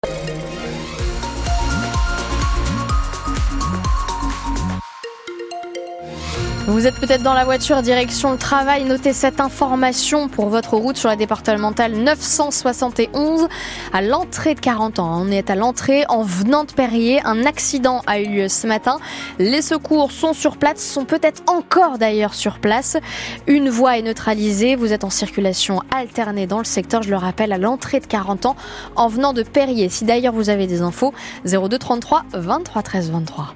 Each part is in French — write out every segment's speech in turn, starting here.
Vous êtes peut-être dans la voiture direction le travail. Notez cette information pour votre route sur la départementale 971 à l'entrée de 40 ans. On est à l'entrée en venant de Périers. Un accident a eu lieu ce matin. Les secours sont sur place, sont peut-être encore d'ailleurs sur place. Une voie est neutralisée. Vous êtes en circulation alternée dans le secteur, je le rappelle, à l'entrée de 40 ans en venant de Périers. Si d'ailleurs vous avez des infos, 02 33 23 13 23.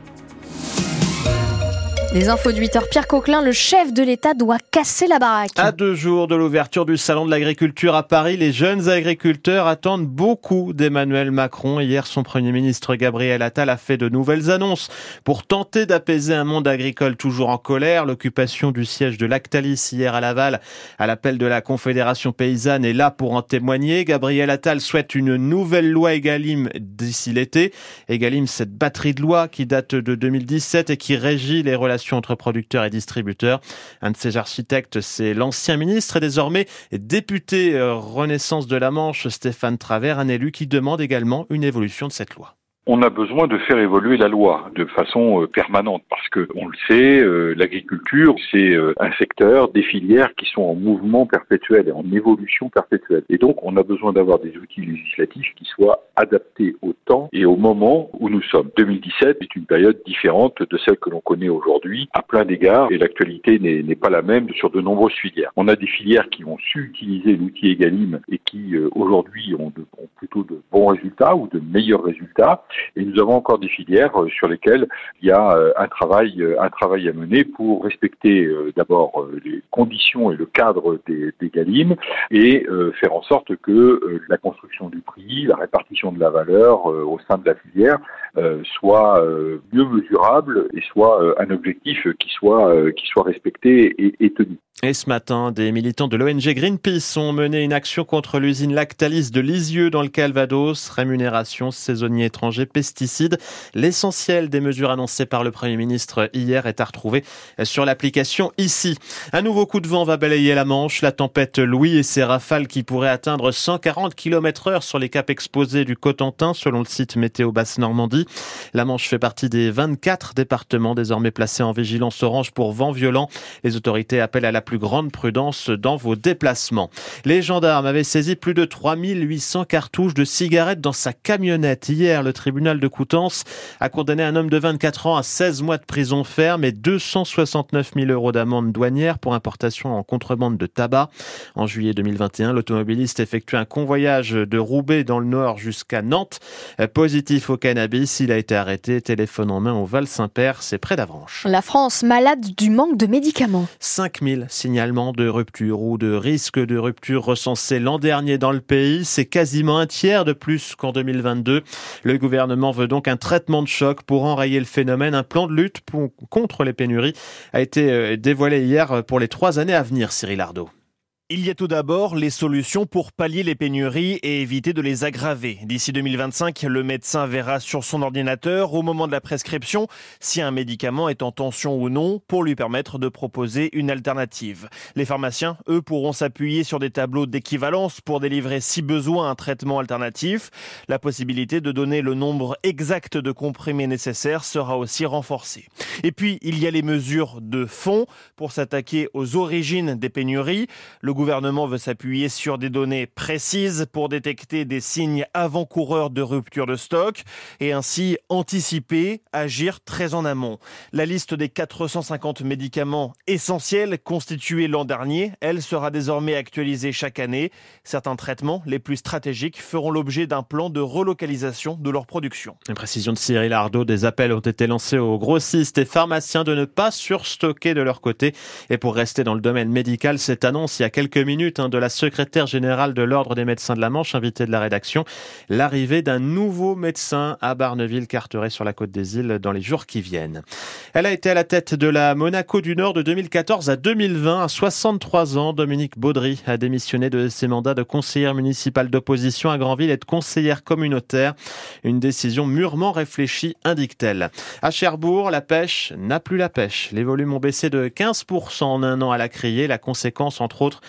Les infos de 8h, Pierre Coquelin, le chef de l'État doit casser la baraque. À 2 jours de l'ouverture du Salon de l'Agriculture à Paris, les jeunes agriculteurs attendent beaucoup d'Emmanuel Macron. Hier, son Premier ministre Gabriel Attal a fait de nouvelles annonces pour tenter d'apaiser un monde agricole toujours en colère. L'occupation du siège de Lactalis hier à Laval, à l'appel de la Confédération paysanne, est là pour en témoigner. Gabriel Attal souhaite une nouvelle loi Egalim d'ici l'été. Egalim, cette batterie de lois qui date de 2017 et qui régit les relations entre producteurs et distributeurs. Un de ses architectes, c'est l'ancien ministre et désormais député Renaissance de la Manche, Stéphane Travert, un élu qui demande également une évolution de cette loi. On a besoin de faire évoluer la loi de façon permanente parce que, on le sait, l'agriculture, c'est un secteur, des filières qui sont en mouvement perpétuel et en évolution perpétuelle. Et donc, on a besoin d'avoir des outils législatifs qui soient adaptés au temps et au moment où nous sommes. 2017 est une période différente de celle que l'on connaît aujourd'hui à plein d'égards et l'actualité n'est pas la même sur de nombreuses filières. On a des filières qui ont su utiliser l'outil Egalim et qui, aujourd'hui, ont plutôt de bons résultats ou de meilleurs résultats. Et nous avons encore des filières sur lesquelles il y a un travail à mener pour respecter d'abord les conditions et le cadre des Egalim et faire en sorte que la construction du prix, la répartition de la valeur au sein de la filière soit mieux mesurable et soit un objectif qui soit respecté et tenu. Et ce matin, des militants de l'ONG Greenpeace ont mené une action contre l'usine Lactalis de Lisieux dans le Calvados. Rémunération, saisonniers étrangers, pesticides. L'essentiel des mesures annoncées par le Premier ministre hier est à retrouver sur l'application ici. Un nouveau coup de vent va balayer la Manche. La tempête Louis et ses rafales qui pourraient atteindre 140 km/h sur les caps exposés du Cotentin, selon le site Météo Basse-Normandie. La Manche fait partie des 24 départements désormais placés en vigilance orange pour vent violent. Les autorités appellent à la plus grande prudence dans vos déplacements. Les gendarmes avaient saisi plus de 3800 cartouches de cigarettes dans sa camionnette. Hier, le tribunal de Coutances a condamné un homme de 24 ans à 16 mois de prison ferme et 269 000 € d'amende douanière pour importation en contrebande de tabac. En juillet 2021, l'automobiliste effectue un convoyage de Roubaix dans le Nord jusqu'à Nantes. Positif au cannabis, il a été arrêté, téléphone en main au Val-Saint-Père, c'est près d'Avranches. La France malade du manque de médicaments. 5000 signalements de rupture ou de risque de rupture recensés l'an dernier dans le pays. C'est quasiment un tiers de plus qu'en 2022. Le gouvernement veut donc un traitement de choc pour enrayer le phénomène. Un plan de lutte contre les pénuries a été dévoilé hier pour les 3 années à venir, Cyril Ardo. Il y a tout d'abord les solutions pour pallier les pénuries et éviter de les aggraver. D'ici 2025, le médecin verra sur son ordinateur, au moment de la prescription, si un médicament est en tension ou non, pour lui permettre de proposer une alternative. Les pharmaciens, eux, pourront s'appuyer sur des tableaux d'équivalence pour délivrer, si besoin, un traitement alternatif. La possibilité de donner le nombre exact de comprimés nécessaires sera aussi renforcée. Et puis, il y a les mesures de fond pour s'attaquer aux origines des pénuries. Le gouvernement veut s'appuyer sur des données précises pour détecter des signes avant-coureurs de rupture de stock et ainsi anticiper, agir très en amont. La liste des 450 médicaments essentiels constitués l'an dernier, elle sera désormais actualisée chaque année. Certains traitements, les plus stratégiques, feront l'objet d'un plan de relocalisation de leur production. Une précision de Cyril Ardo, des appels ont été lancés aux grossistes et pharmaciens de ne pas surstocker de leur côté. Et pour rester dans le domaine médical, cette annonce il y a quelques minutes de la secrétaire générale de l'Ordre des médecins de la Manche, invitée de la rédaction, l'arrivée d'un nouveau médecin à Barneville-Carteret sur la Côte des Îles dans les jours qui viennent. Elle a été à la tête de la Monaco du Nord de 2014 à 2020. À 63 ans, Dominique Baudry a démissionné de ses mandats de conseillère municipale d'opposition à Granville et de conseillère communautaire. Une décision mûrement réfléchie, indique-t-elle. À Cherbourg, la pêche n'a plus la pêche. Les volumes ont baissé de 15% en un an à la criée. La conséquence, entre autres,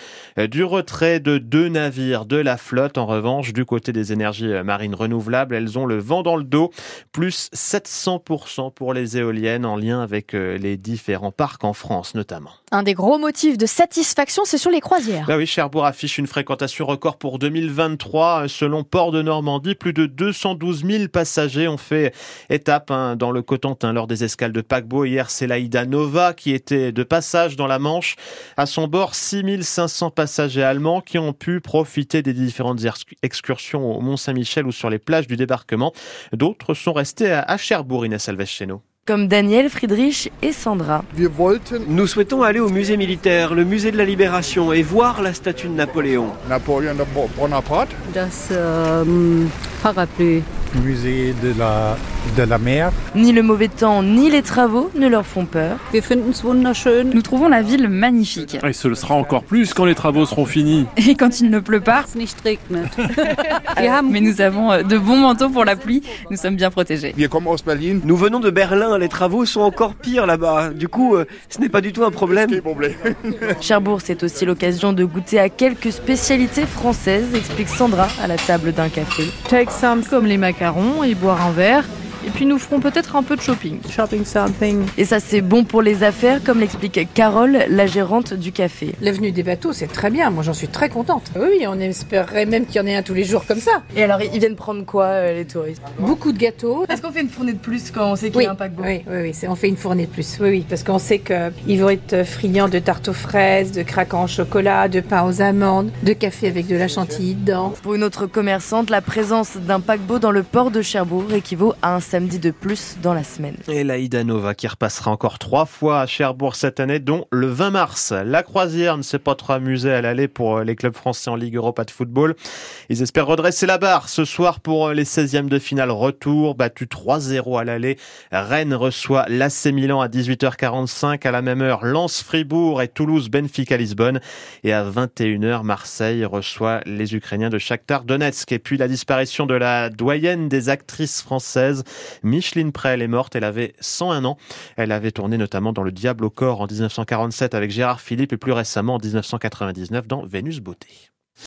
du retrait de 2 navires de la flotte. En revanche, du côté des énergies marines renouvelables, elles ont le vent dans le dos, plus 700% pour les éoliennes en lien avec les différents parcs en France notamment. Un des gros motifs de satisfaction, c'est sur les croisières. Bah oui, Cherbourg affiche une fréquentation record pour 2023. Selon Port de Normandie, plus de 212 000 passagers ont fait étape dans le Cotentin lors des escales de paquebot. Hier, c'est l'Aïda Nova qui était de passage dans la Manche. À son bord, 6 500 passagers allemands qui ont pu profiter des différentes excursions au Mont-Saint-Michel ou sur les plages du débarquement. D'autres sont restés à Cherbourg, Inès Alves-Cheno. Comme Daniel, Friedrich et Sandra. Nous souhaitons aller au musée militaire, le musée de la Libération et voir la statue de Napoléon. Napoléon Bonaparte. Das Parapluie. Musée de la mer. Ni le mauvais temps, ni les travaux ne leur font peur. Wir finden's wunderschön. Nous trouvons la ville magnifique. Et ce le sera encore plus quand les travaux seront finis. Et quand il ne pleut pas. Nicht regnet. Mais nous avons de bons manteaux pour la pluie. Nous sommes bien protégés. Wir kommen aus Berlin. Nous venons de Berlin, les travaux sont encore pires là-bas. Du coup, ce n'est pas du tout un problème. Cherbourg, c'est aussi l'occasion de goûter à quelques spécialités françaises, explique Sandra à la table d'un café. Take some comme les macarons et boire un verre. Et puis nous ferons peut-être un peu de shopping. Shopping something. Et ça, c'est bon pour les affaires, comme l'explique Carole, la gérante du café. L'avenue des bateaux, c'est très bien. Moi, j'en suis très contente. Oui, on espérerait même qu'il y en ait un tous les jours comme ça. Et alors, ils viennent prendre quoi, les touristes? Beaucoup de gâteaux. Est-ce qu'on fait une fournée de plus quand on sait qu'il y a un paquebot? Oui, on fait une fournée de plus. Oui, parce qu'on sait qu'ils vont être friands de tarte aux fraises, de craquants au chocolat, de pain aux amandes, de café avec de la chantilly dedans. Pour une autre commerçante, la présence d'un paquebot dans le port de Cherbourg équivaut à un samedi de plus dans la semaine. Et l'Aïda Nova qui repassera encore 3 fois à Cherbourg cette année, dont le 20 mars. La croisière ne s'est pas trop amusée à l'aller pour les clubs français en Ligue Europa de football. Ils espèrent redresser la barre ce soir pour les 16e de finale retour. Battu 3-0 à l'aller. Rennes reçoit l'AC Milan à 18h45. À la même heure, Lens Fribourg et Toulouse Benfica Lisbonne. Et à 21h, Marseille reçoit les Ukrainiens de Shakhtar Donetsk. Et puis la disparition de la doyenne des actrices françaises, Micheline Prel est morte, elle avait 101 ans. Elle avait tourné notamment dans Le Diable au corps en 1947 avec Gérard Philippe et plus récemment en 1999 dans Vénus Beauté.